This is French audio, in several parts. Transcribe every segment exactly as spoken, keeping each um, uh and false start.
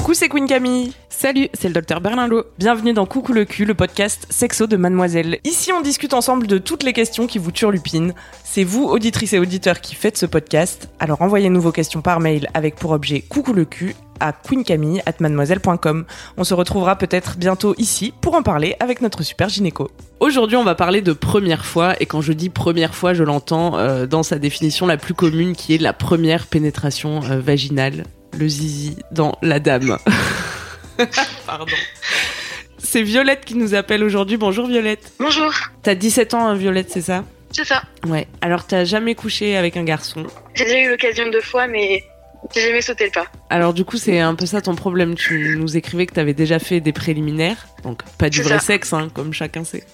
Coucou, c'est Queen Camille. Salut, c'est le docteur Berlinlot. Bienvenue dans Coucou le cul, le podcast sexo de Mademoiselle. Ici, on discute ensemble de toutes les questions qui vous turlupinent. C'est vous, auditrices et auditeurs, qui faites ce podcast. Alors envoyez-nous vos questions par mail avec pour objet Coucou le cul à queencamille arobase mademoiselle point com. On se retrouvera peut-être bientôt ici pour en parler avec notre super gynéco. Aujourd'hui, on va parler de première fois, et quand je dis première fois, je l'entends euh, dans sa définition la plus commune, qui est la première pénétration euh, vaginale, le zizi dans la dame. Pardon. C'est Violette qui nous appelle aujourd'hui. Bonjour Violette. Bonjour. T'as dix-sept ans, hein, Violette, c'est ça ? C'est ça. Ouais. Alors t'as jamais couché avec un garçon ? J'ai déjà eu l'occasion deux fois, mais j'ai jamais sauté le pas. Alors du coup, c'est un peu ça ton problème. Tu nous écrivais que t'avais déjà fait des préliminaires, donc pas du C'est vrai ça. sexe, hein, comme chacun sait.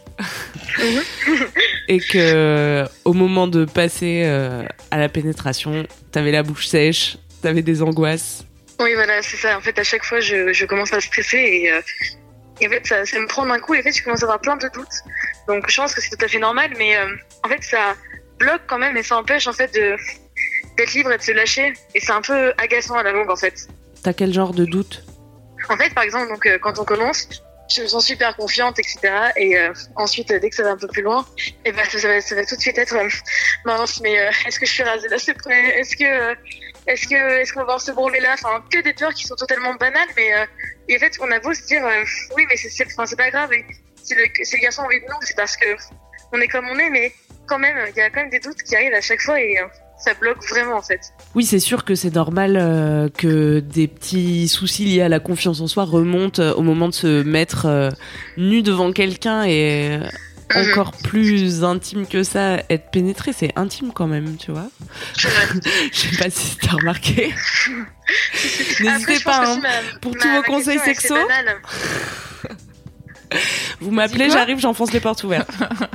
Et que au moment de passer euh, à la pénétration, t'avais la bouche sèche, t'avais des angoisses. Oui, voilà, c'est ça. En fait, à chaque fois, je, je commence à stresser et, euh, et en fait, ça, ça me prend d'un coup et en fait, je commence à avoir plein de doutes. Donc, je pense que c'est tout à fait normal, mais euh, en fait, ça bloque quand même et ça empêche en fait de d'être libre et de se lâcher. Et c'est un peu agaçant à la longue, en fait. T'as quel genre de doute ? En fait, par exemple, donc euh, quand on commence, je me sens super confiante, et cetera. Et euh, ensuite, euh, dès que ça va un peu plus loin, et ben ça, ça, va, ça va tout de suite être euh, mince. Mais euh, est-ce que je suis rasée là, c'est prêt ? Est-ce que euh, est-ce que est-ce qu'on va voir se branler là ? Enfin, que des peurs qui sont totalement banales. Mais euh, et en fait, on a beau se dire euh, oui, mais c'est c'est, enfin, c'est pas grave. Et si le si le garçon a envie de nous, c'est parce que on est comme on est. Mais quand même, il y a quand même des doutes qui arrivent à chaque fois et euh, ça bloque vraiment en fait. Oui, c'est sûr que c'est normal euh, que des petits soucis liés à la confiance en soi remontent euh, au moment de se mettre euh, nu devant quelqu'un et euh, Mhm. encore plus intime que ça, être pénétré, c'est intime quand même, tu vois. C'est vrai. Je sais pas si t'as remarqué. Après, N'hésitez je pense pas, que hein. si ma- Pour ma- tous vos ma conseils question est sexos. assez banale. Vous m'appelez, quoi j'arrive, j'enfonce les portes ouvertes.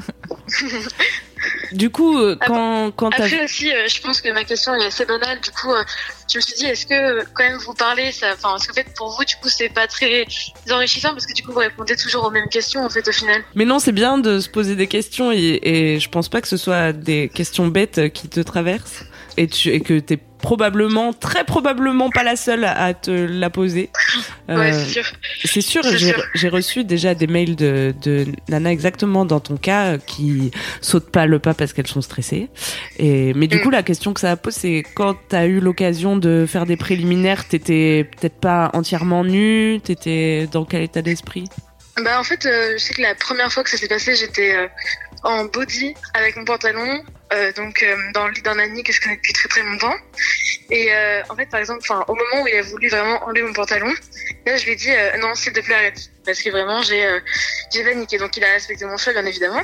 Du coup, euh, quand, quand t'as... Après aussi, euh, je pense que ma question est assez banale. Du coup, euh, je me suis dit, est-ce que euh, quand même vous parlez, ça, enfin, parce qu'en fait pour vous, du coup, c'est pas très enrichissant parce que du coup, vous répondez toujours aux mêmes questions en fait au final. Mais non, c'est bien de se poser des questions et, et je pense pas que ce soit des questions bêtes qui te traversent et, tu, et que t'es probablement, très probablement pas la seule à te la poser. Ouais, Euh, c'est sûr. C'est sûr, C'est j'ai, sûr. j'ai reçu déjà des mails de, de Nana exactement dans ton cas euh, qui sautent pas le pas parce qu'elles sont stressées. Et, mais du Mm. coup, la question que ça pose, c'est quand t'as eu l'occasion de faire des préliminaires, t'étais peut-être pas entièrement nue, t'étais dans quel état d'esprit ? Bah en fait, euh, je sais que la première fois que ça s'est passé, j'étais euh, en body avec mon pantalon, euh, donc euh, dans le lit d'un ami que je connais depuis très très longtemps. Et euh, en fait, par exemple, enfin, au moment où il a voulu vraiment enlever mon pantalon, là, je lui ai dit euh, non, s'il te plaît, arrête, parce que vraiment, j'ai euh, j'ai paniqué. Donc, il a respecté mon choix, bien évidemment.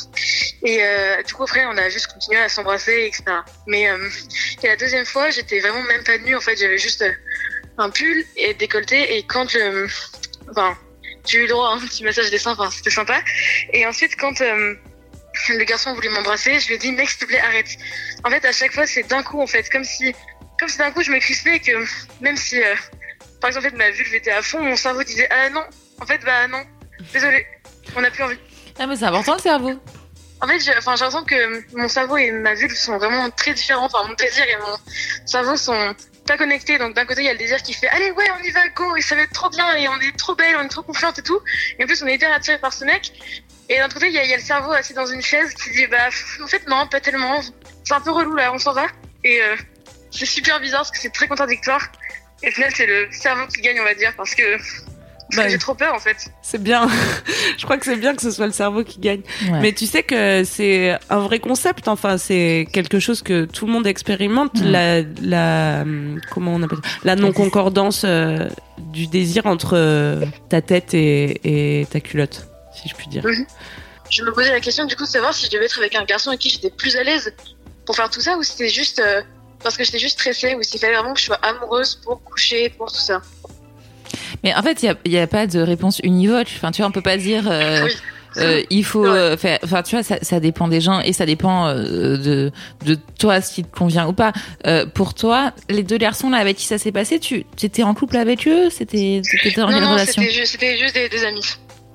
Et euh, du coup, après, on a juste continué à s'embrasser, et cetera. Mais euh, et la deuxième fois, j'étais vraiment même pas nue. En fait, j'avais juste euh, un pull et décolleté. Et quand je, enfin, j'ai eu droit à un petit massage des seins, enfin, c'était sympa. Et ensuite, quand euh, le garçon a voulu m'embrasser, je lui ai dit mec, s'il te plaît, arrête. En fait, à chaque fois, c'est d'un coup, en fait, comme si, comme si d'un coup, je me crispais et que même si, euh, par exemple, en fait, ma vulve était à fond, mon cerveau disait ah non, en fait, bah non, désolé, on n'a plus envie. Ah, mais c'est important le cerveau. En fait, j'ai, enfin, j'ai l'impression que mon cerveau et ma vulve sont vraiment très différents. Enfin, mon désir et mon cerveau sont pas connectés. Donc, d'un côté, il y a le désir qui fait allez, ouais, on y va, go, et ça va être trop bien, et on est trop belle, on est trop confiante et tout. Et en plus, on est hyper attiré par ce mec. Et d'un autre côté, il y, a, il y a le cerveau assis dans une chaise qui dit bah, pff, en fait, non, pas tellement. C'est un peu relou là, on s'en va. Et euh, c'est super bizarre parce que c'est très contradictoire. Et au final, c'est le cerveau qui gagne, on va dire, parce que, parce Bah, que j'ai trop peur en fait. C'est bien. Je crois que c'est bien que ce soit le cerveau qui gagne. Ouais. Mais tu sais que c'est un vrai concept. Enfin, c'est quelque chose que tout le monde expérimente. Mhm. La, la, hum, comment on appelle ça ? La non-concordance euh, du désir entre euh, ta tête et, et ta culotte, si je puis dire. Mhm. Je me posais la question du coup de savoir si je devais être avec un garçon avec qui j'étais plus à l'aise pour faire tout ça ou si c'était juste euh, parce que j'étais juste stressée ou s'il fallait vraiment que je sois amoureuse pour coucher, pour tout ça. Mais en fait, il y a, y a pas de réponse univoque. Enfin, tu vois, on peut pas dire. Euh, Oui. euh, il faut Ouais. euh, faire. Enfin, tu vois, ça, ça dépend des gens et ça dépend euh, de de toi ce qui te convient ou pas. Euh, pour toi, les deux garçons là avec qui ça s'est passé, tu étais en couple avec eux, c'était c'était dans Non, quelle non, relation? c'était juste, c'était juste des, des amis.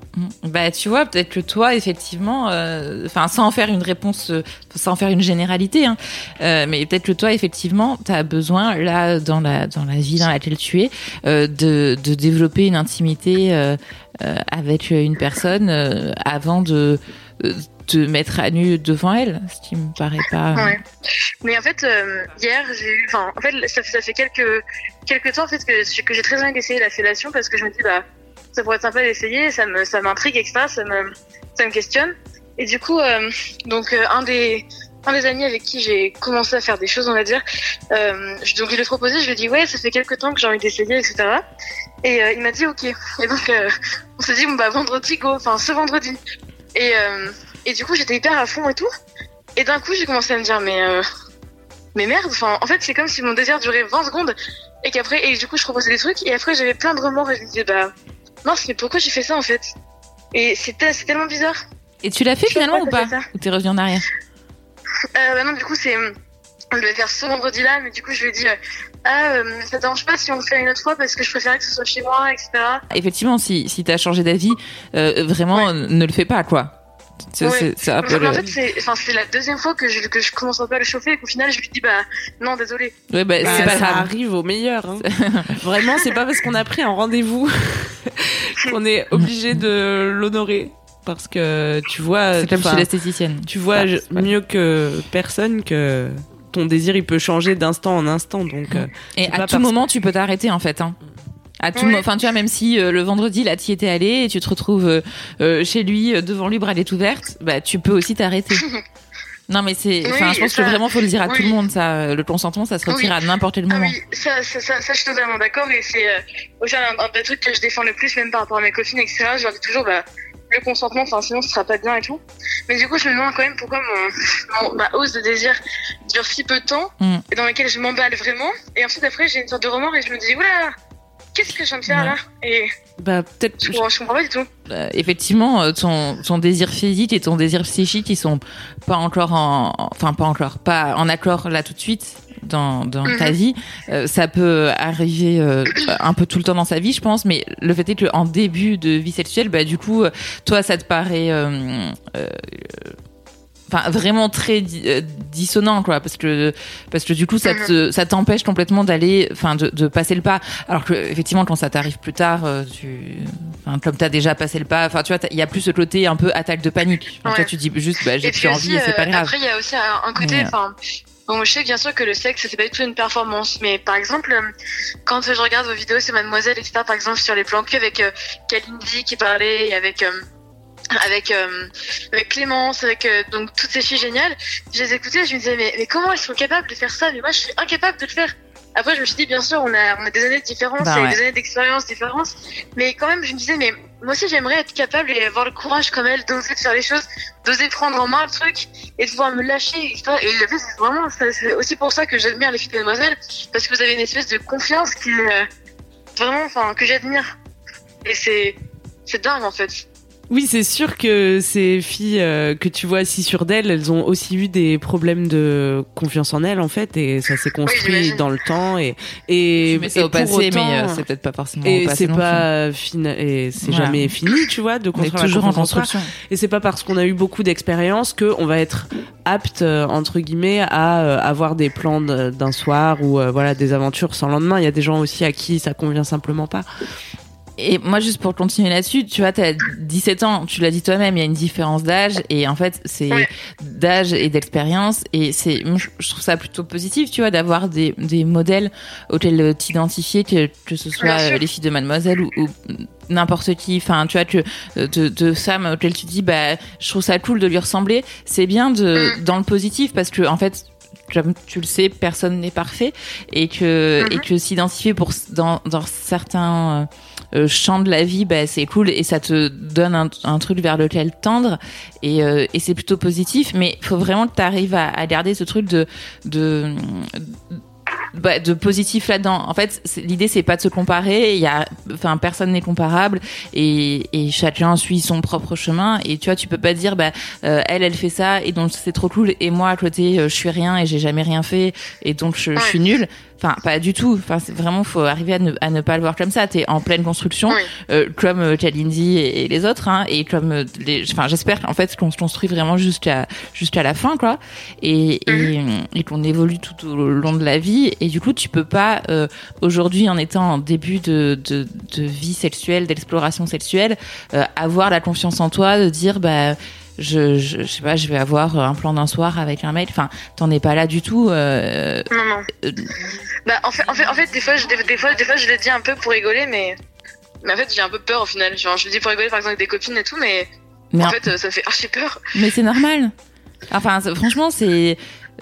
Bah, tu vois, peut-être que toi, effectivement, enfin, euh, sans en faire une réponse, euh, sans en faire une généralité, hein, euh, mais peut-être que toi, effectivement, t'as besoin, là, dans la, dans la vie dans laquelle tu es, euh, de, de développer une intimité euh, euh, avec une personne euh, avant de euh, te mettre à nu devant elle, ce qui me paraît pas... Ouais. Mais en fait, euh, hier, j'ai eu... Enfin, en fait, ça, ça fait quelques, quelques temps, en fait, que, que j'ai très envie d'essayer la fellation parce que je me dis, bah, ça pourrait être sympa d'essayer, ça me, ça m'intrigue, et cetera, ça me, ça me questionne. Et du coup, euh, donc, euh, un des, un des amis avec qui j'ai commencé à faire des choses, on va dire, euh, je, donc, je lui ai proposé, je lui ai dit, ouais, ça fait quelques temps que j'ai envie d'essayer, et cetera. Et, euh, il m'a dit, ok. Et donc, euh, on s'est dit, bon, bah, vendredi, go, enfin, ce vendredi. Et, euh, et du coup, j'étais hyper à fond et tout. Et d'un coup, j'ai commencé à me dire, mais, euh, mais merde, enfin, en fait, c'est comme si mon désir durait vingt secondes et qu'après, et du coup, je proposais des trucs et après, j'avais plein de remords et je me disais, bah, mince, mais pourquoi j'ai fait ça, en fait? Et c'était, c'est tellement bizarre. Et tu l'as fait Je finalement ou pas? ça. Ou t'es revenu en arrière? Euh, bah non, du coup, c'est, on devait faire ce vendredi-là, mais du coup, je lui ai dit, euh, ah, euh, ça te dérange pas si on le fait une autre fois parce que je préférais que ce soit chez moi, et cetera. Effectivement, si, si t'as changé d'avis, euh, vraiment, ouais. ne le fais pas, quoi. C'est, ouais. c'est, c'est un peu en le... fait, c'est, enfin, c'est la deuxième fois que je, que je commence un peu à le chauffer et qu'au final, je lui dis, bah, non, désolé. Ouais, bah, bah c'est pas ça grave. arrive au meilleur. Hein. Vraiment, c'est pas parce qu'on a pris un rendez-vous qu'on est obligé de l'honorer. Parce que tu vois. C'est comme chez l'esthéticienne. Tu vois je, mieux que personne que ton désir, il peut changer d'instant en instant. Donc, mmh. Et à tout moment, que... tu peux t'arrêter, en fait, hein. À tout, enfin, oui. Tu vois, même si euh, le vendredi là, t'y étais allé et tu te retrouves euh, euh, chez lui euh, devant lui, bralette ouverte, bah tu peux aussi t'arrêter. Non, mais c'est, enfin, oui, je pense ça, que vraiment faut le dire à oui. tout le monde. Ça, le consentement, ça se retire oui. à n'importe quel moment. Ah oui, ça, ça, ça, ça, je suis totalement d'accord. Et c'est euh, aussi un, un des trucs que je défends le plus, même par rapport à mes copines, et cetera. Je leur dis toujours, bah, le consentement, enfin, sinon, ce sera pas bien et tout. Mais du coup, je me demande quand même pourquoi mon, mon ma hausse de désir dure si peu de temps mm. et dans laquelle je m'emballe vraiment. Et ensuite, après, j'ai une sorte de remords et je me dis, oula. Qu'est-ce que je viens de faire ouais. là et bah peut-être je, je comprends pas du tout. Euh, effectivement, ton ton désir physique et ton désir psychique, ils sont pas encore en, enfin pas encore, pas en accord là tout de suite dans dans mm-hmm. ta vie. Euh, ça peut arriver euh, un peu tout le temps dans sa vie, je pense. Mais le fait est que en début de vie sexuelle, bah du coup, toi, ça te paraît euh, euh, enfin vraiment très di- euh, dissonant quoi parce que parce que du coup ça te ça t'empêche complètement d'aller enfin de de passer le pas alors que effectivement quand ça t'arrive plus tard euh, tu enfin comme t'as déjà passé le pas enfin tu vois il y a plus ce côté un peu attaque de panique donc ouais. toi tu dis juste bah j'ai plus envie et c'est pas grave. Après il y a aussi un, un côté enfin bon je sais bien sûr que le sexe c'est pas du tout une performance mais par exemple quand je regarde vos vidéos sur Mademoiselle et cetera par exemple sur les plans cul avec euh, Kalindi qui parlait et avec euh, avec euh, avec Clémence, avec euh, donc toutes ces filles géniales, je les écoutais, je me disais mais mais comment elles sont capables de faire ça? Mais moi je suis incapable de le faire. Après je me suis dit bien sûr on a on a des années de différence, bah, et ouais. des années d'expérience différentes, mais quand même je me disais mais moi aussi j'aimerais être capable et avoir le courage comme elle d'oser de faire les choses, d'oser prendre en main le truc et de pouvoir me lâcher et cetera. Et en fait c'est vraiment c'est aussi pour ça que j'admire les filles de Mademoiselle parce que vous avez une espèce de confiance qui euh, vraiment enfin que j'admire et c'est c'est dingue en fait. Oui, c'est sûr que ces filles euh, que tu vois assis sur d'elles, elles ont aussi eu des problèmes de confiance en elles en fait, et ça s'est construit oui, dans le temps et et, tu mets ça et au passé, autant, mais euh, c'est peut-être pas forcément. Et au passé c'est pas fini, et c'est voilà. jamais fini, tu vois, de construire toujours la en construction. Et c'est pas parce qu'on a eu beaucoup d'expérience que on va être apte euh, entre guillemets à euh, avoir des plans de, d'un soir ou euh, voilà des aventures sans lendemain. Il y a des gens aussi à qui ça convient simplement pas. Et moi, juste pour continuer là-dessus, tu vois, t'as dix-sept ans, tu l'as dit toi-même, il y a une différence d'âge, et en fait, c'est ouais. d'âge et d'expérience, et c'est, je trouve ça plutôt positif, tu vois, d'avoir des, des modèles auxquels t'identifier, que, que ce soit les filles de Mademoiselle ou, ou n'importe qui, enfin, tu vois, que, de, de femmes auxquelles tu dis, bah, je trouve ça cool de lui ressembler, c'est bien de, mmh. dans le positif, parce que, en fait, comme tu le sais, personne n'est parfait, et que, mmh. et que s'identifier pour, dans, dans certains, Euh, champ de la vie, bah, c'est cool et ça te donne un, un truc vers lequel tendre et, euh, et c'est plutôt positif, mais il faut vraiment que tu arrives à, à garder ce truc de, de bah, de positif là-dedans. En fait, c'est, l'idée c'est pas de se comparer. Il y a, enfin, personne n'est comparable et, et chacun suit son propre chemin. Et tu vois, tu peux pas dire, bah, euh, elle, elle fait ça et donc c'est trop cool. Et moi à côté, euh, je suis rien et j'ai jamais rien fait et donc je, ouais. je suis nulle. Enfin, pas du tout. Enfin, c'est vraiment, faut arriver à ne, à ne pas le voir comme ça. T'es en pleine construction, oui. euh, comme euh, Kalindi et, et les autres, hein, et comme euh, les. Enfin, j'espère en fait qu'on se construit vraiment jusqu'à jusqu'à la fin, quoi, et, mm-hmm. et, et qu'on évolue tout au long de la vie. Et du coup, tu peux pas euh, aujourd'hui, en étant en début de de, de vie sexuelle, d'exploration sexuelle, euh, avoir la confiance en toi, de dire bah. Je, je, je sais pas, je vais avoir un plan d'un soir avec un mec. Enfin, t'en es pas là du tout. Euh... Non, non. Euh... Bah, en fait, en fait, en fait, des fois, je, des, des fois, des fois, je le dis un peu pour rigoler, mais, mais en fait, j'ai un peu peur au final. Genre, je le dis pour rigoler, par exemple, avec des copines et tout, mais, mais en, en fait, ça me fait archi peur. Mais c'est normal. Enfin, c'est, franchement, c'est,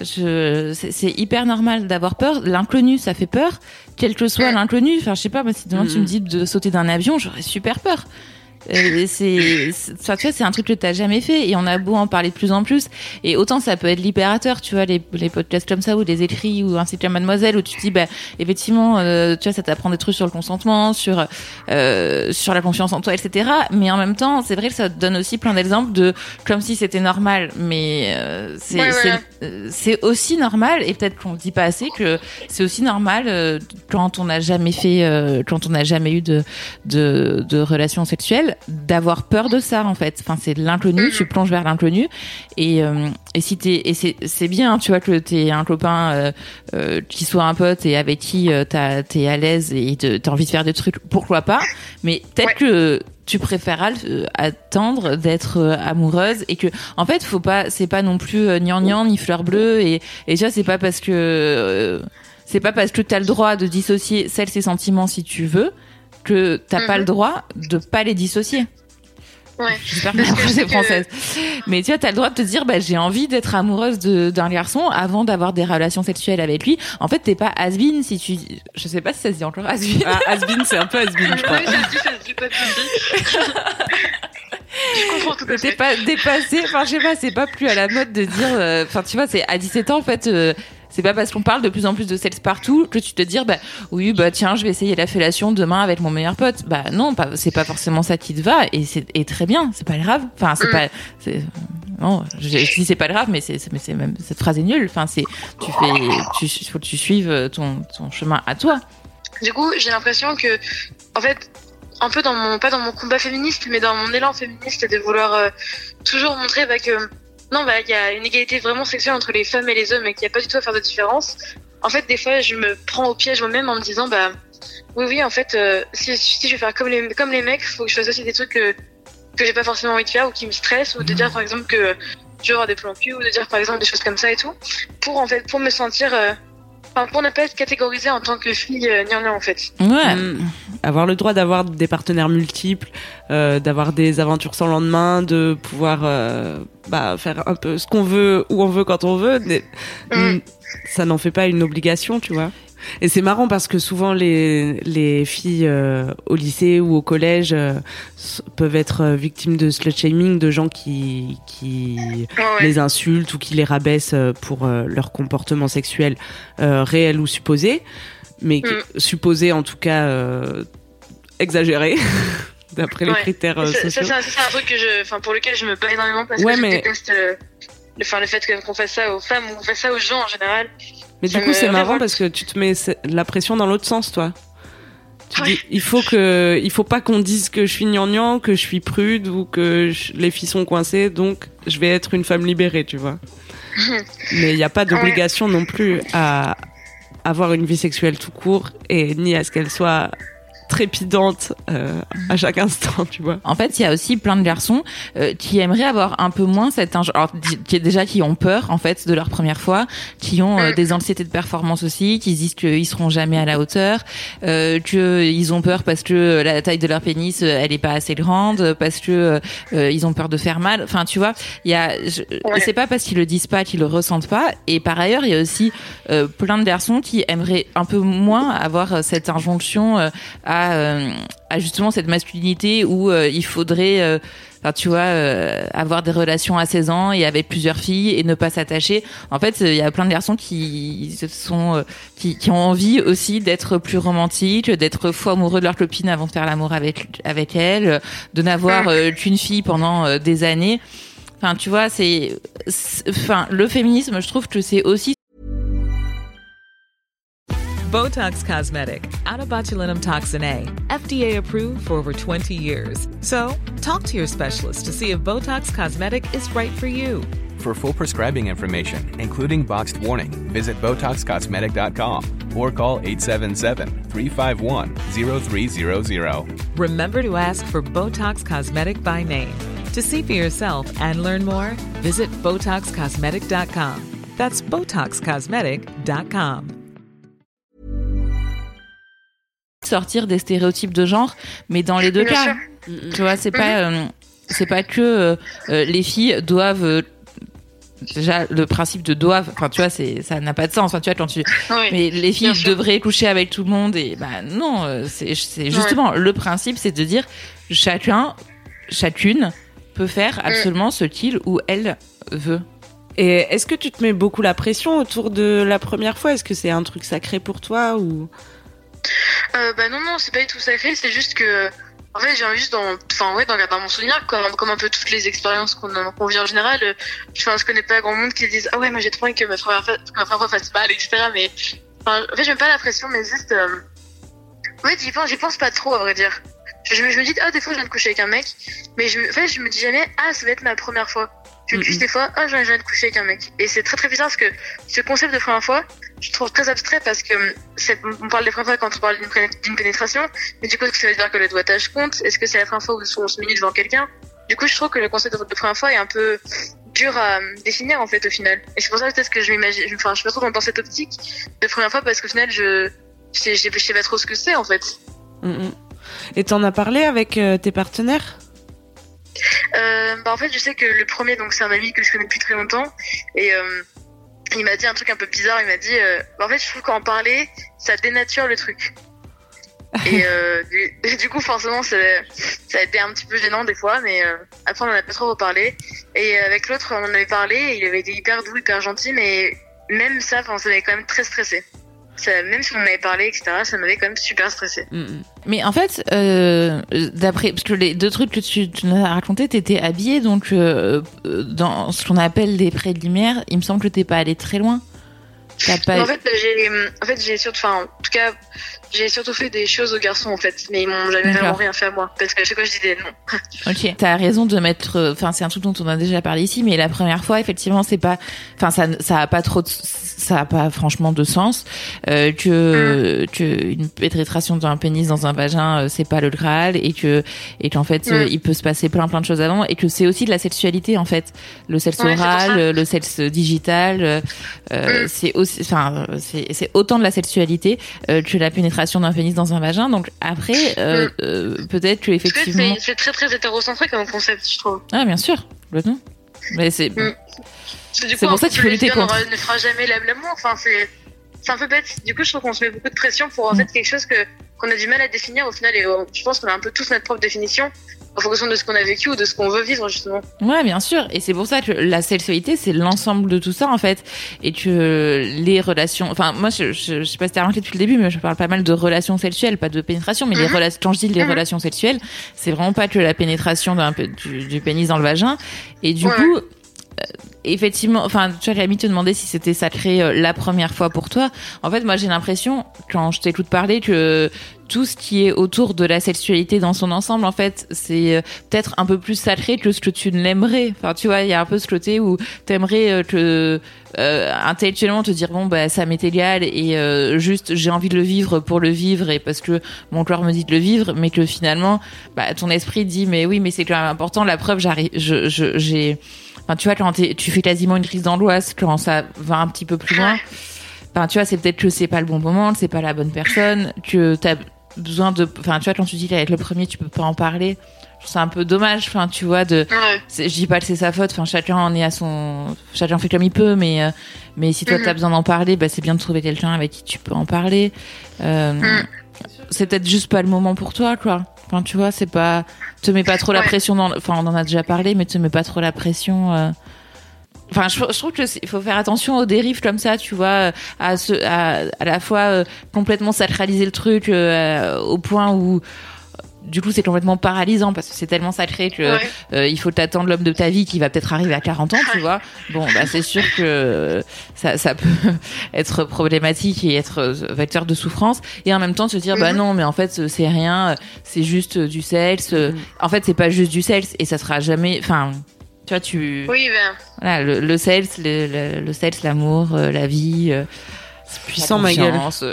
je, c'est, c'est hyper normal d'avoir peur. L'inconnu, ça fait peur. Quel que soit mmh. l'inconnu. Enfin, je sais pas, moi, si demain mmh. tu me dis de sauter d'un avion, j'aurais super peur. Euh, c'est, c'est, tu vois, c'est un truc que t'as jamais fait et on a beau en parler de plus en plus et autant ça peut être libérateur, tu vois, les, les podcasts comme ça ou des écrits ou un site comme Mademoiselle où tu te dis bah effectivement euh, tu vois, ça t'apprend des trucs sur le consentement, sur euh, sur la confiance en toi, etc. Mais en même temps c'est vrai que ça te donne aussi plein d'exemples de comme si c'était normal, mais euh, c'est, ouais, c'est, ouais. euh, c'est aussi normal et peut-être qu'on le dit pas assez que c'est aussi normal euh, quand on n'a jamais fait euh, quand on n'a jamais eu de de, de relations sexuelles d'avoir peur de ça en fait. Enfin, c'est de l'inconnu, tu plonges vers l'inconnu et euh, et si t'es et c'est c'est bien, tu vois, que t'es un copain euh, euh, qui soit un pote et avec qui euh, t'as t'es à l'aise et t'as envie de faire des trucs, pourquoi pas, mais peut-être ouais. que tu préféreras euh, attendre d'être euh, amoureuse et que en fait faut pas, c'est pas non plus euh, gnangnan ni fleur bleue et et déjà c'est pas parce que euh, c'est pas parce que t'as le droit de dissocier celles ses sentiments si tu veux que t'as mm-hmm. pas le droit de pas les dissocier. Ouais. J'espère que c'est que... française. Mais tu vois, t'as le droit de te dire, bah, j'ai envie d'être amoureuse de, d'un garçon avant d'avoir des relations sexuelles avec lui. En fait, t'es pas has-been si tu, je sais pas si ça se dit encore has-been. Ah, has-been, c'est un peu has-been, je crois. Oui, ça se dit, ça se dit pas de soucis. Je comprends tout à fait. T'es pas dépassé, enfin, je sais pas, c'est pas plus à la mode de dire, enfin, euh, tu vois, c'est à dix-sept ans, en fait, euh, c'est pas parce qu'on parle de plus en plus de sexe partout que tu te dis bah oui bah tiens je vais essayer la fellation demain avec mon meilleur pote. Bah non, pas, c'est pas forcément ça qui te va et c'est et très bien, c'est pas grave. Enfin c'est mm. pas c'est non, je, je dis c'est pas grave mais c'est, c'est mais c'est même cette phrase est nulle. Enfin c'est tu fais tu faut que tu suives ton ton chemin à toi. Du coup, j'ai l'impression que en fait un peu dans mon pas dans mon combat féministe mais dans mon élan féministe de vouloir euh, toujours montrer bah que non, bah, il y a une égalité vraiment sexuelle entre les femmes et les hommes et qu'il n'y a pas du tout à faire de différence. En fait, des fois, je me prends au piège moi-même en me disant, bah, oui, oui, en fait, euh, si, si je veux faire comme les, comme les mecs, faut que je fasse aussi des trucs que, que j'ai pas forcément envie de faire ou qui me stressent ou de dire, par exemple, que je veux avoir des plans cul ou de dire, par exemple, des choses comme ça et tout. Pour, en fait, pour me sentir, euh, enfin, pour ne pas être catégorisée en tant que fille euh, gnangnan, en fait. Ouais. Mmh. Avoir le droit d'avoir des partenaires multiples, euh, d'avoir des aventures sans lendemain, de pouvoir euh, bah, faire un peu ce qu'on veut, où on veut, quand on veut, mais, mmh. ça n'en fait pas une obligation, tu vois. Et c'est marrant parce que souvent les les filles euh, au lycée ou au collège euh, peuvent être victimes de slut shaming, de gens qui qui oh ouais. les insultent ou qui les rabaissent pour euh, leur comportement sexuel euh, réel ou supposé, mais mm. supposé en tout cas euh, exagéré. D'après ouais. les critères euh, ça, sociaux. Ça, ça, c'est un truc que je, enfin, pour lequel je me bats énormément parce ouais, que mais... je déteste euh, le, enfin, le fait qu'on fasse ça aux femmes ou qu'on fasse ça aux gens en général. Mais ça du coup, c'est marrant révolte. Parce que tu te mets la pression dans l'autre sens, toi. Tu ouais. dis, il faut que, il faut pas qu'on dise que je suis gnangnan, que je suis prude ou que je, les filles sont coincées, donc je vais être une femme libérée, tu vois. Mais il n'y a pas d'obligation ouais. non plus à avoir une vie sexuelle tout court et ni à ce qu'elle soit trépidante euh, à chaque instant, tu vois. En fait, il y a aussi plein de garçons euh, qui aimeraient avoir un peu moins cette inj... alors qui déjà qui ont peur en fait de leur première fois, qui ont euh, des anxiétés de performance aussi, qui se disent qu'ils seront jamais à la hauteur, euh, que ils ont peur parce que la taille de leur pénis elle est pas assez grande, parce que euh, ils ont peur de faire mal. Enfin, tu vois, il y a je... ouais. c'est pas parce qu'ils le disent pas qu'ils le ressentent pas. Et par ailleurs, il y a aussi euh, plein de garçons qui aimeraient un peu moins avoir cette injonction euh, à à, euh, à justement cette masculinité où euh, il faudrait, euh, enfin tu vois, euh, avoir des relations à seize ans et avec plusieurs filles et ne pas s'attacher. En fait, il y a plein de garçons qui sont, euh, qui, qui ont envie aussi d'être plus romantiques, d'être fou amoureux de leur copine avant de faire l'amour avec avec elle, de n'avoir euh, qu'une fille pendant euh, des années. Enfin, tu vois, c'est, c'est, enfin, le féminisme, je trouve que c'est aussi. Botox Cosmetic, out of botulinum toxin A, F D A approved for over twenty years. So, talk to your specialist to see if Botox Cosmetic is right for you. For full prescribing information, including boxed warning, visit Botox Cosmetic dot com or call eight seven seven, three five one, zero three zero zero. Remember to ask for Botox Cosmetic by name. To see for yourself and learn more, visit Botox Cosmetic dot com. That's Botox Cosmetic dot com. Sortir des stéréotypes de genre, mais dans les deux Bien cas, sûr. tu vois, c'est pas, euh, c'est pas que euh, euh, les filles doivent euh, déjà le principe de doivent, enfin tu vois, c'est ça n'a pas de sens, enfin tu vois quand tu, Oui. mais les filles Bien sûr. devraient coucher avec tout le monde et bah non, euh, c'est c'est justement le principe, c'est de dire chacun, chacune peut faire absolument ce qu'il ou elle veut. Et est-ce que tu te mets beaucoup la pression autour de la première fois ? Est-ce que c'est un truc sacré pour toi ou... Euh, bah non, non, c'est pas du tout sacré, c'est juste que, en fait, j'ai envie juste dans, enfin, ouais, dans, dans mon souvenir, comme, comme un peu toutes les expériences qu'on, qu'on vit en général, euh, enfin, je connais pas grand monde qui disent, ah ouais, moi j'ai trop envie que ma première fois, que ma première fois fasse mal, et cetera, mais, enfin, en fait, je mets pas la pression, mais juste, euh, ouais, j'y pense, j'y pense pas trop, à vrai dire. Je, je, me, je me dis, ah, des fois, je viens de coucher avec un mec, mais je, en fait, je me dis jamais, ah, ça va être ma première fois. Je me dis Mm-hmm. des fois, ah, je viens de coucher avec un mec. Et c'est très très bizarre parce que ce concept de première fois, je trouve très abstrait parce que c'est, on parle des premières fois quand on parle d'une, d'une pénétration, mais du coup, est-ce que ça veut dire que le doigtage compte? Est-ce que c'est la première fois où on se met devant quelqu'un? Du coup, je trouve que le concept de, de première fois est un peu dur à définir en fait au final. Et c'est pour ça peut-être que je m'imagine, enfin, je me trouve dans cette optique de première fois parce qu'au final, je, je sais, je sais pas trop ce que c'est en fait. Mm-mm. Et t'en as parlé avec euh, tes partenaires ? Euh, bah en fait, je sais que le premier, donc c'est un ami que je connais depuis très longtemps, et euh, il m'a dit un truc un peu bizarre. Il m'a dit, euh, bah en fait, je trouve qu'en parler, ça dénature le truc. Et euh, du, du coup, forcément, ça, ça a été un petit peu gênant des fois, mais euh, après, on en a pas trop reparlé. Et avec l'autre, on en avait parlé, et il avait été hyper doux, hyper gentil, mais même ça, enfin, ça m'avait quand même très stressé. Ça, même si on en avait parlé, et cetera, ça m'avait quand même super stressé. Mm-mm. Mais en fait, euh, d'après, parce que les deux trucs que tu, tu nous as raconté, t'étais habillée, donc euh, dans ce qu'on appelle des préliminaires, il me semble que t'es pas allée très loin. T'as pas... En fait, j'ai, en fait, j'ai surtout, enfin, en tout cas, j'ai surtout fait des choses aux garçons, en fait, mais ils m'ont jamais D'accord. vraiment rien fait à moi, parce que à chaque fois, je disais non. Ok. T'as raison de mettre, enfin, c'est un truc dont on a déjà parlé ici, mais la première fois, effectivement, c'est pas, enfin, ça, ça a pas trop de, ça a pas franchement de sens, euh, que, mm. que une pénétration d'un pénis dans un vagin, euh, c'est pas le Graal, et que, et qu'en fait, mm. euh, il peut se passer plein plein de choses avant, et que c'est aussi de la sexualité, en fait. Le sexe ouais, oral, le sexe digital, euh, mm. c'est aussi, enfin, c'est, c'est autant de la sexualité, euh, que la pénétration d'un pénis dans un vagin. Donc après, euh, mm. euh, peut-être que effectivement, c'est, c'est très très hétérocentré comme concept, je trouve. Ah, bien sûr, complètement. Mais c'est, mm. c'est, c'est pour ça qu'il faut lutter contre. Ne fera jamais l'amour. Enfin, c'est, c'est un peu bête. Du coup, je trouve qu'on se met beaucoup de pression pour en mm. fait quelque chose que qu'on a du mal à définir au final. Et euh, je pense qu'on a un peu tous notre propre définition en fonction de ce qu'on a vécu ou de ce qu'on veut vivre justement. Ouais, bien sûr. Et c'est pour ça que la sexualité, c'est l'ensemble de tout ça en fait, et que les relations. Enfin, moi, je, je, je sais pas si t'as remarqué depuis le début, mais je parle pas mal de relations sexuelles, pas de pénétration, mais mm-hmm. les relations. Quand je dis les mm-hmm. relations sexuelles, c'est vraiment pas que la pénétration d'un du, du pénis dans le vagin. Et du ouais. coup. Euh, effectivement, enfin, tu vois, Camille te demandait si c'était sacré euh, la première fois pour toi. En fait, moi, j'ai l'impression, quand je t'écoute parler, que tout ce qui est autour de la sexualité dans son ensemble, en fait, c'est euh, peut-être un peu plus sacré que ce que tu ne l'aimerais. Enfin, tu vois, il y a un peu ce côté où t'aimerais euh, que euh, intellectuellement te dire bon, bah, ça m'est égal et euh, juste j'ai envie de le vivre pour le vivre et parce que mon corps me dit de le vivre, mais que finalement, bah, ton esprit dit mais oui, mais c'est quand même important. La preuve, j'arrive, je, je, j'ai Enfin, tu vois, quand tu fais quasiment une crise d'angoisse, quand ça va un petit peu plus loin, enfin, tu vois, c'est peut-être que c'est pas le bon moment, que c'est pas la bonne personne, que t'as besoin de, enfin, tu vois, quand tu dis qu'avec le premier, tu peux pas en parler, c'est un peu dommage, enfin, tu vois, de, Ouais. c'est, je dis pas que c'est sa faute, enfin, chacun en est à son, chacun fait comme il peut, mais, euh, mais si toi Mhm. t'as besoin d'en parler, bah, c'est bien de trouver quelqu'un avec qui tu peux en parler. Euh, Mhm. C'est peut-être juste pas le moment pour toi, quoi. Enfin, tu vois, c'est pas, te mets pas trop la Ouais. pression dans, enfin, on en a déjà parlé, mais te mets pas trop la pression, euh... Enfin, je, je trouve que il faut faire attention aux dérives comme ça, tu vois, à ce, à, à la fois euh, complètement sacraliser le truc euh, au point où du coup c'est complètement paralysant parce que c'est tellement sacré que Ouais. euh, il faut t'attendre l'homme de ta vie qui va peut-être arriver à quarante ans, tu vois. Bon, bah c'est sûr que ça, ça peut être problématique et être vecteur de souffrance et en même temps se dire bah Mhm. non mais en fait c'est rien, c'est juste du sexe. En fait c'est pas juste du sexe et ça sera jamais, enfin. Tu vois, tu. Oui, ben. Voilà, le, le sexe, le, le, le sexe, l'amour, euh, la vie. Euh, C'est puissant, ma gueule. euh.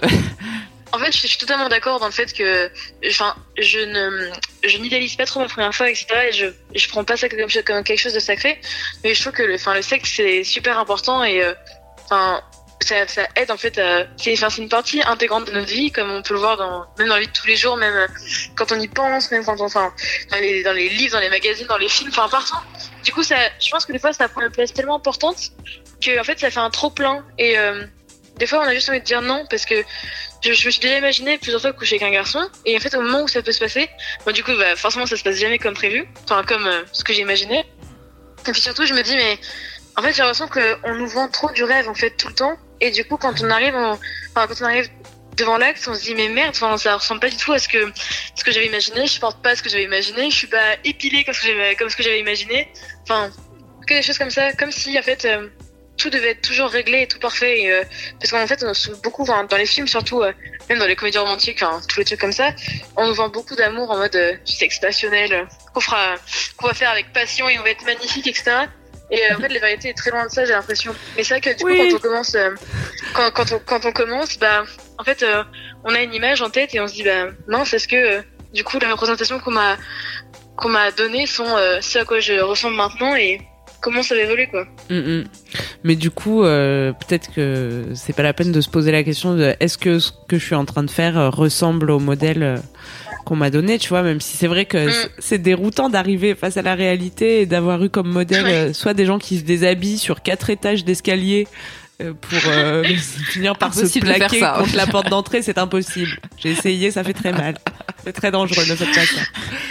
En fait, je suis, je suis totalement d'accord dans le fait que, enfin, je ne, je n'idéalise pas trop ma première fois, et cetera. Et je, je prends pas ça comme, comme quelque chose de sacré. Mais je trouve que, le, enfin, le sexe c'est super important et, euh, enfin, ça, ça aide en fait à, c'est, enfin, c'est une partie intégrante de notre vie, comme on peut le voir dans, même dans la vie de tous les jours, même euh, quand on y pense, même quand on, enfin, dans les, dans les livres, dans les magazines, dans les films, enfin, partout. Du coup, ça, je pense que des fois, ça prend une place tellement importante que, en fait, ça fait un trop plein et. Euh, Des fois, on a juste envie de dire non parce que je, je me suis déjà imaginé plusieurs fois coucher avec un garçon et en fait, au moment où ça peut se passer, bon, du coup, bah, forcément, ça se passe jamais comme prévu, enfin comme euh, ce que j'ai imaginé. Et puis surtout, je me dis mais en fait, j'ai l'impression que on nous vend trop du rêve en fait tout le temps et du coup, quand on arrive, on... enfin quand on arrive devant l'acte, on se dit mais merde, enfin ça ressemble pas du tout à ce que ce que j'avais imaginé. Je porte pas ce que j'avais imaginé, je suis pas épilée comme ce que j'avais comme ce que j'avais imaginé. Enfin, que des choses comme ça, comme si en fait. Euh, tout devait être toujours réglé et tout parfait et, euh, parce qu'en fait on a beaucoup enfin, dans les films surtout euh, même dans les comédies romantiques enfin, tous les trucs comme ça on nous vend beaucoup d'amour en mode euh, du sexe passionnel euh, qu'on fera qu'on va faire avec passion et on va être magnifique etc et euh, en fait la vérité est très loin de ça j'ai l'impression mais c'est vrai que du Oui. coup quand on commence euh, quand, quand, on, quand on commence bah en fait euh, on a une image en tête et on se dit bah non c'est ce que euh, du coup la représentation qu'on m'a qu'on m'a donné sont euh, ce à quoi je ressemble maintenant et comment ça va évoluer quoi. Mm, mm. Mais du coup, euh, peut-être que c'est pas la peine de se poser la question de est-ce que ce que je suis en train de faire euh, ressemble au modèle euh, qu'on m'a donné, tu vois, même si c'est vrai que Mm. c'est- c'est déroutant d'arriver face à la réalité et d'avoir eu comme modèle euh, soit des gens qui se déshabillent sur quatre étages d'escalier euh, pour euh, finir par se Impossible de faire plaquer ça. contre la porte d'entrée, c'est impossible. J'ai essayé, ça fait très mal. C'est très dangereux de faire ça.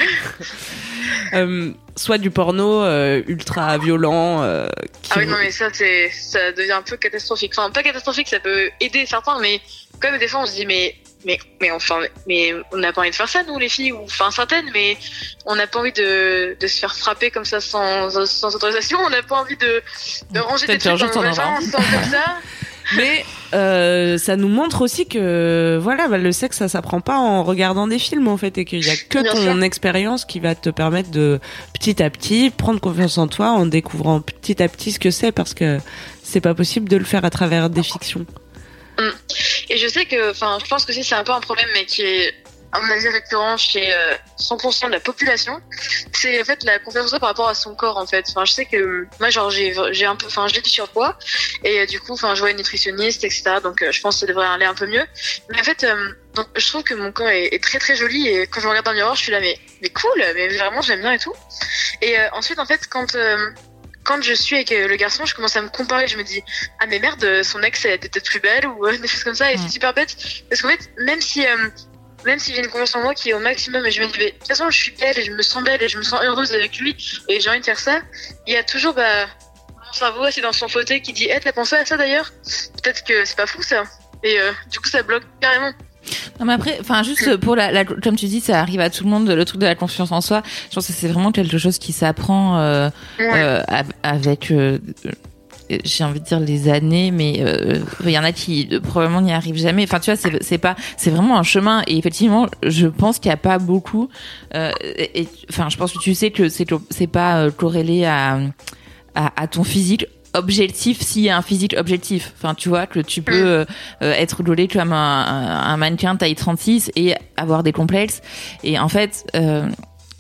Euh, soit du porno euh, ultra violent euh, qui Ah oui, non, mais ça, c'est, ça devient un peu catastrophique. Enfin, pas catastrophique, ça peut aider certains, mais quand même, des fois, on se dit, mais, mais, mais enfin, mais on n'a pas envie de faire ça, nous, les filles, ou, enfin, certaines, mais on n'a pas envie de, de se faire frapper comme ça sans, sans autorisation, on n'a pas envie de, de ranger des Peut-être un trucs jour, dans t'en nos auras vagins, sans comme ça. Mais euh, ça nous montre aussi que voilà, bah, le sexe ça s'apprend pas en regardant des films en fait et qu'il y a que Bien ton sûr. expérience qui va te permettre de petit à petit prendre confiance en toi en découvrant petit à petit ce que c'est parce que c'est pas possible de le faire à travers des fictions. Et je sais que, enfin, je pense que si c'est un peu un problème, mais qui est, à mon avis, récurrent chez euh, cent pour cent de la population, c'est en fait la confiance en soi par rapport à son corps, en fait. Enfin, je sais que moi, genre, j'ai, j'ai un peu, enfin, j'ai du surpoids, et euh, du coup, enfin, je vois une nutritionniste, et cetera. Donc, euh, je pense que ça devrait aller un peu mieux. Mais en fait, euh, donc, je trouve que mon corps est, est très très joli, et quand je me regarde dans le miroir, je suis là, mais, mais cool, mais vraiment, j'aime bien et tout. Et euh, ensuite, en fait, quand euh, quand je suis avec euh, le garçon, je commence à me comparer. Je me dis, ah mais merde, son ex elle était peut-être plus belle ou euh, des choses comme ça. Et Mm. c'est super bête parce qu'en fait, même si euh, même si j'ai une confiance en moi qui est au maximum et je me dis, mais, de toute façon, je suis belle et je me sens belle et je me sens heureuse avec lui et j'ai envie de faire ça. Il y a toujours bah mon cerveau assis dans son fauteuil qui dit, eh t'as pensé à ça d'ailleurs? Peut-être que c'est pas fou ça. Et euh, du coup, ça bloque carrément. Non, mais après, enfin, juste pour la, la, comme tu dis, ça arrive à tout le monde, le truc de la confiance en soi. Je pense que c'est vraiment quelque chose qui s'apprend, euh, Ouais. euh, av- avec, euh, j'ai envie de dire les années, mais euh, il y en a qui euh, probablement n'y arrivent jamais. Enfin, tu vois, c'est, c'est pas, c'est vraiment un chemin. Et effectivement, je pense qu'il y a pas beaucoup. Euh, et, et- enfin, je pense que tu sais que c'est, c'est pas euh, corrélé à, à, à ton physique objectif s'il y a un physique objectif. Enfin, tu vois, que tu peux euh, euh, être gaulé comme un, un, un mannequin taille trente-six et avoir des complexes. Et en fait, euh,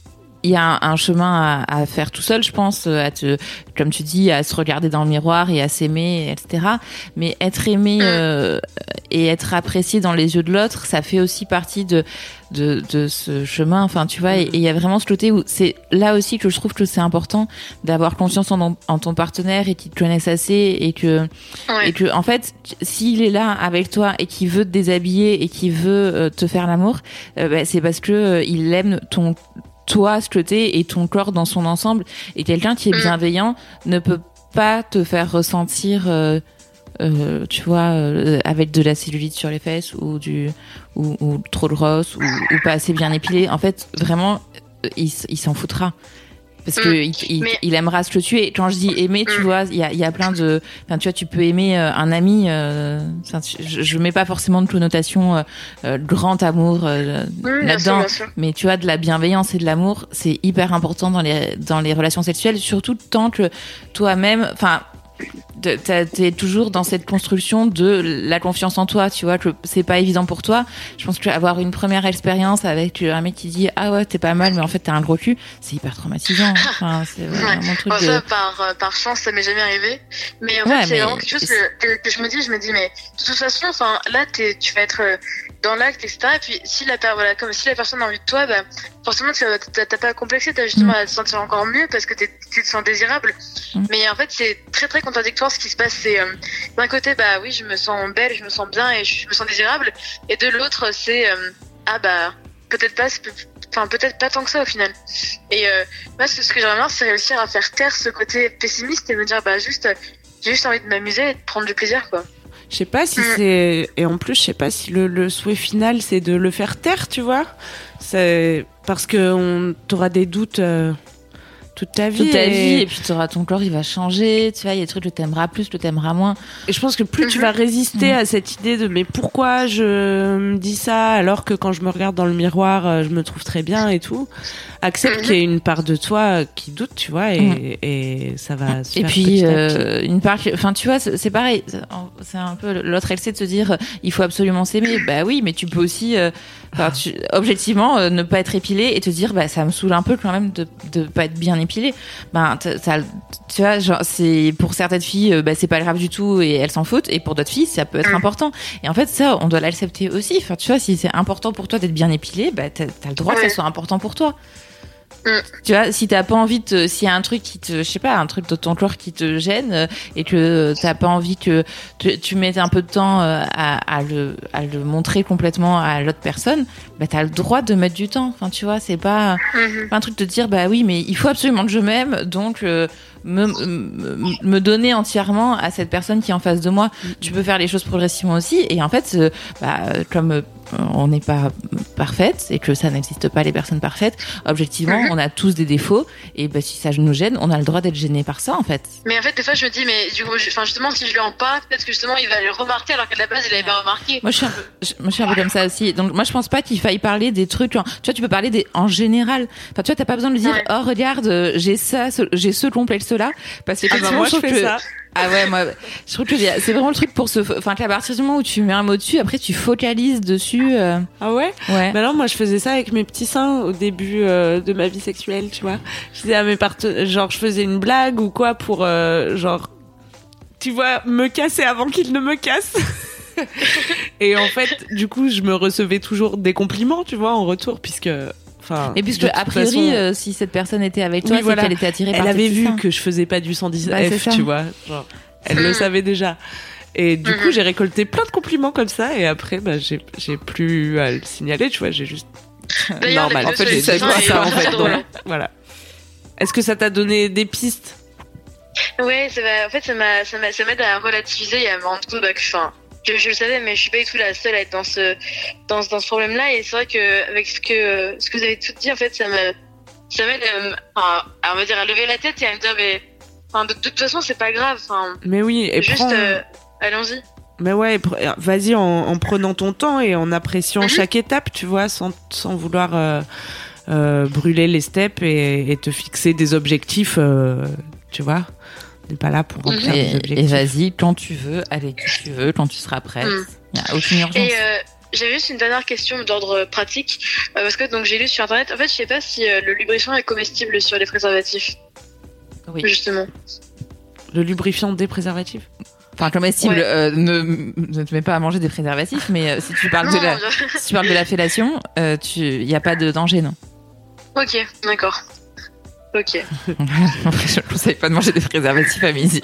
il y a un, un chemin à, à faire tout seul, je pense, à te, comme tu dis, à se regarder dans le miroir et à s'aimer, et cetera. Mais être aimé euh, et être apprécié dans les yeux de l'autre, ça fait aussi partie de de, de ce chemin. Enfin, tu vois, et il y a vraiment ce côté où c'est là aussi que je trouve que c'est important d'avoir confiance en, en ton partenaire et qu'il te connaisse assez et que Ouais. et que en fait, s'il est là avec toi et qu'il veut te déshabiller et qu'il veut euh, te faire l'amour, euh, bah, c'est parce que euh, il aime ton toi ce côté et ton corps dans son ensemble. Et quelqu'un qui est bienveillant ne peut pas te faire ressentir euh, euh, tu vois euh, avec de la cellulite sur les fesses ou du ou, ou trop de rosse ou, ou pas assez bien épilé. En fait, vraiment, euh, il, il s'en foutra. Parce que Mm. il, il, Mais- il aimera ce que tu es. Quand je dis aimer, tu Mm. vois, il y a, il y a plein de. Enfin, tu vois, tu peux aimer euh, un ami. Euh, enfin, tu- je, je mets pas forcément de connotation euh, euh, grand amour euh, Oui, bien sûr, là-dedans. bien sûr. Mais tu vois, de la bienveillance et de l'amour, c'est hyper important dans les dans les relations sexuelles, surtout tant que toi-même, enfin. de- t'as- T'es toujours dans cette construction de la confiance en toi, tu vois, que c'est pas évident pour toi. Je pense qu'avoir une première expérience avec un mec qui dit ah ouais t'es pas mal mais en fait t'as un gros cul, c'est hyper traumatisant. Enfin, c'est vraiment un truc Bon, de... ça, par, euh, par chance, ça m'est jamais arrivé. Mais en Ouais, fait, c'est mais- vraiment quelque chose que, que, que je me dis. Je me dis, mais de toute façon, enfin, là, t'es, tu vas être euh, dans l'acte, et cetera. Et puis, si la, per- voilà, comme si la personne a envie de toi, bah, forcément, tu vas- t'as t'as pas à complexer, t'as justement Mm. à te sentir encore mieux parce que t'es, tu te sens désirable. Mm. Mais en fait, c'est très, très contradictoire ce qui se passe. C'est, euh, d'un côté, bah oui, je me sens belle, je me sens bien et je me sens désirable. Et de l'autre, c'est, euh, ah bah, peut-être pas, c'est peut- enfin, peut-être pas tant que ça au final. Et euh, moi, ce ce que j'aimerais bien, c'est réussir à faire taire ce côté pessimiste et me dire, bah juste, euh, j'ai juste envie de m'amuser et de prendre du plaisir, quoi. Je sais pas si Mm. c'est. Et en plus, je sais pas si le, le souhait final, c'est de le faire taire, tu vois. C'est parce que on... t'auras des doutes euh, toute ta vie. toute ta et... vie et puis t'auras ton corps il va changer, tu vois, il y a des trucs que t'aimeras plus, que t'aimeras moins. Et je pense que plus tu Mhm. vas résister Mhm. à cette idée de mais pourquoi je me dis ça alors que quand je me regarde dans le miroir, euh, je me trouve très bien et tout. Accepte Mhm. qu'il y ait une part de toi qui doute, tu vois, et, Mhm. et ça va se Et faire puis petit à petit. euh, une part, enfin tu vois, c'est c'est pareil, c'est un peu l'autre excès de se dire euh, il faut absolument s'aimer. Bah oui, mais tu peux aussi, euh, enfin, tu- objectivement, euh, ne pas être épilé et te dire bah ça me saoule un peu quand même de de pas être bien épilé. Ben t'as- t'as- tu vois, genre c'est pour certaines filles, euh, bah c'est pas grave du tout et elles s'en foutent, et pour d'autres filles ça peut être Mm. important. Et en fait ça, on doit l'accepter aussi. Enfin tu vois, si c'est important pour toi d'être bien épilé, bah t'as t'as le droit que Ouais. ça soit important pour toi. Mm. Tu vois, si t'as pas envie de, s'il y a un truc qui te, je sais pas, un truc de ton corps qui te gêne euh, et que t'as pas envie que tu, tu mettes un peu de temps euh, à, à le, à le montrer complètement à l'autre personne, bah t'as le droit de mettre du temps. Enfin, tu vois, c'est pas, Mhm. pas un truc de dire bah oui, mais il faut absolument que je m'aime, donc euh, me, me, me donner entièrement à cette personne qui est en face de moi. Tu peux faire les choses progressivement aussi, et en fait, euh, bah, comme euh, on n'est pas parfaite et que ça n'existe pas les personnes parfaites, objectivement, Mhm. on a tous des défauts, et bah, si ça nous gêne, on a le droit d'être gêné par ça, en fait. Mais en fait, des fois, je me dis, mais du coup, je- enfin, justement, si je lui en parle, peut-être que justement, il va le remarquer alors qu'à la base, il avait pas remarqué. Moi, je suis un peu, je, moi, je suis un peu comme ça aussi. Donc, moi, je pense pas qu'il faille parler des trucs. Genre, tu vois, tu peux parler des en général. Enfin, tu vois, t'as pas besoin de lui dire, Ouais. oh, regarde, euh, j'ai ça, ce- j'ai ce complexe-là. Parce que Ah bah effectivement, moi je trouve fais que- ça. Ah ouais, moi, je trouve que c'est vraiment le truc pour se, enfin, qu'à partir du moment où tu mets un mot dessus, après, tu focalises dessus. euh, Ah ouais. ouais. Bah non, moi je faisais ça avec mes petits seins au début euh, de ma vie sexuelle, tu vois. Je disais à mes partenaires, genre je faisais une blague ou quoi pour euh, genre, tu vois, me casser avant qu'ils ne me cassent. Et en fait, du coup, je me recevais toujours des compliments, tu vois, en retour, puisque, enfin. Et puisque, de toute a priori, façon, euh, si cette personne était avec toi, Oui, c'est voilà. qu'elle était attirée par elle tes avait petits vu seins. que je faisais pas du cent dix Bah, c'est F, ça. tu vois. Genre, elle le savait déjà. Et du coup, Mhm. j'ai récolté plein de compliments comme ça, et après, bah, j'ai, j'ai plus à le signaler, tu vois, j'ai juste. D'ailleurs, Normal. les En fait, vidéos j'ai sur les ça, seins, ça, en c'est fait. drôle. donc, voilà. Est-ce que ça t'a donné des pistes? Ouais, ça va, en fait, ça m'a, ça m'a, ça m'aide à relativiser et à me rendre compte bah, que, enfin, que je le savais, mais je suis pas du tout la seule à être dans ce, dans, ce- dans ce problème-là. Et c'est vrai que, avec ce que, ce que vous avez tout dit, en fait, ça me, ça m'aide à, me- enfin, à me dire, à lever la tête et à me dire, mais, enfin, de, de toute façon, c'est pas grave, enfin, Mais oui, et juste, prends- euh, allons-y. Mais ouais, pr- vas-y en, en prenant ton temps et en appréciant Mhm. chaque étape, tu vois, sans, sans vouloir euh, euh, brûler les steps et, et te fixer des objectifs, euh, tu vois. On n'est pas là pour remplir des Et, et objectifs. vas-y, quand tu veux, avec qui tu veux, quand tu seras prête. Mm. Il n'y a aucune urgence. Et, euh, j'avais juste une dernière question d'ordre pratique, euh, parce que donc j'ai lu sur internet. En fait, je sais pas si euh, le lubrifiant est comestible sur les préservatifs. Oui. Justement. Le lubrifiant des préservatifs. Enfin, comestible, Ouais. euh, ne, ne te mets pas à manger des préservatifs, mais euh, si tu parles Non, de la, je- si tu parles de la fellation, euh, tu, y a pas de danger, non. Ok, d'accord. Ok. Après, je ne conseille pas de manger des préservatifs à midi.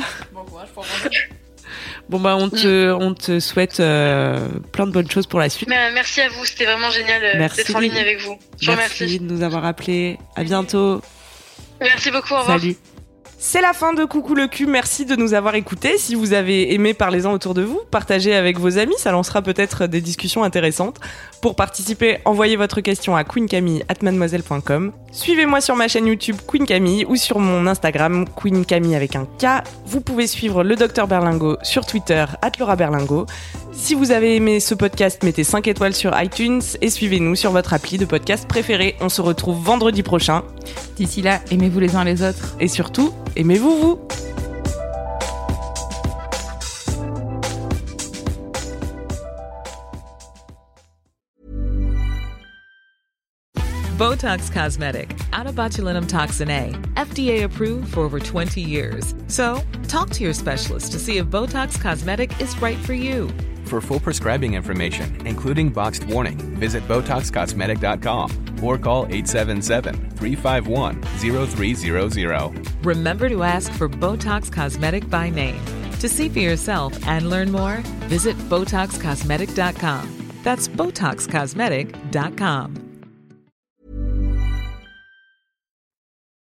Bon bah on te, on te souhaite euh, plein de bonnes choses pour la suite. Mais, merci à vous, c'était vraiment génial euh, Merci. d'être en ligne avec vous. Je vous Merci remercie. de nous avoir appelés. À bientôt. Merci beaucoup, au revoir. Salut. C'est la fin de Coucou le cul, merci de nous avoir écoutés. Si vous avez aimé, parlez-en autour de vous, partagez avec vos amis, ça lancera peut-être des discussions intéressantes. Pour participer, envoyez votre question à queencamille arobase mademoiselle point com. Suivez-moi sur ma chaîne YouTube Queen Camille ou sur mon Instagram Queen Camille avec un K. Vous pouvez suivre le docteur Berlingo sur Twitter arobase Laura Berlingo. Si vous avez aimé ce podcast, mettez cinq étoiles sur iTunes et suivez-nous sur votre appli de podcast préféré. On se retrouve vendredi prochain. D'ici là, aimez-vous les uns les autres. Et surtout, aimez-vous vous. Botox Cosmetic, out of botulinum toxin A, F D A approved for over twenty years. So, talk to your specialist to see if Botox Cosmetic is right for you. For full prescribing information, including boxed warning, visit Botox Cosmetic dot com or call eight seven seven, three five one, zero three zero zero. Remember to ask for Botox Cosmetic by name. To see for yourself and learn more, visit Botox Cosmetic dot com. That's Botox Cosmetic dot com.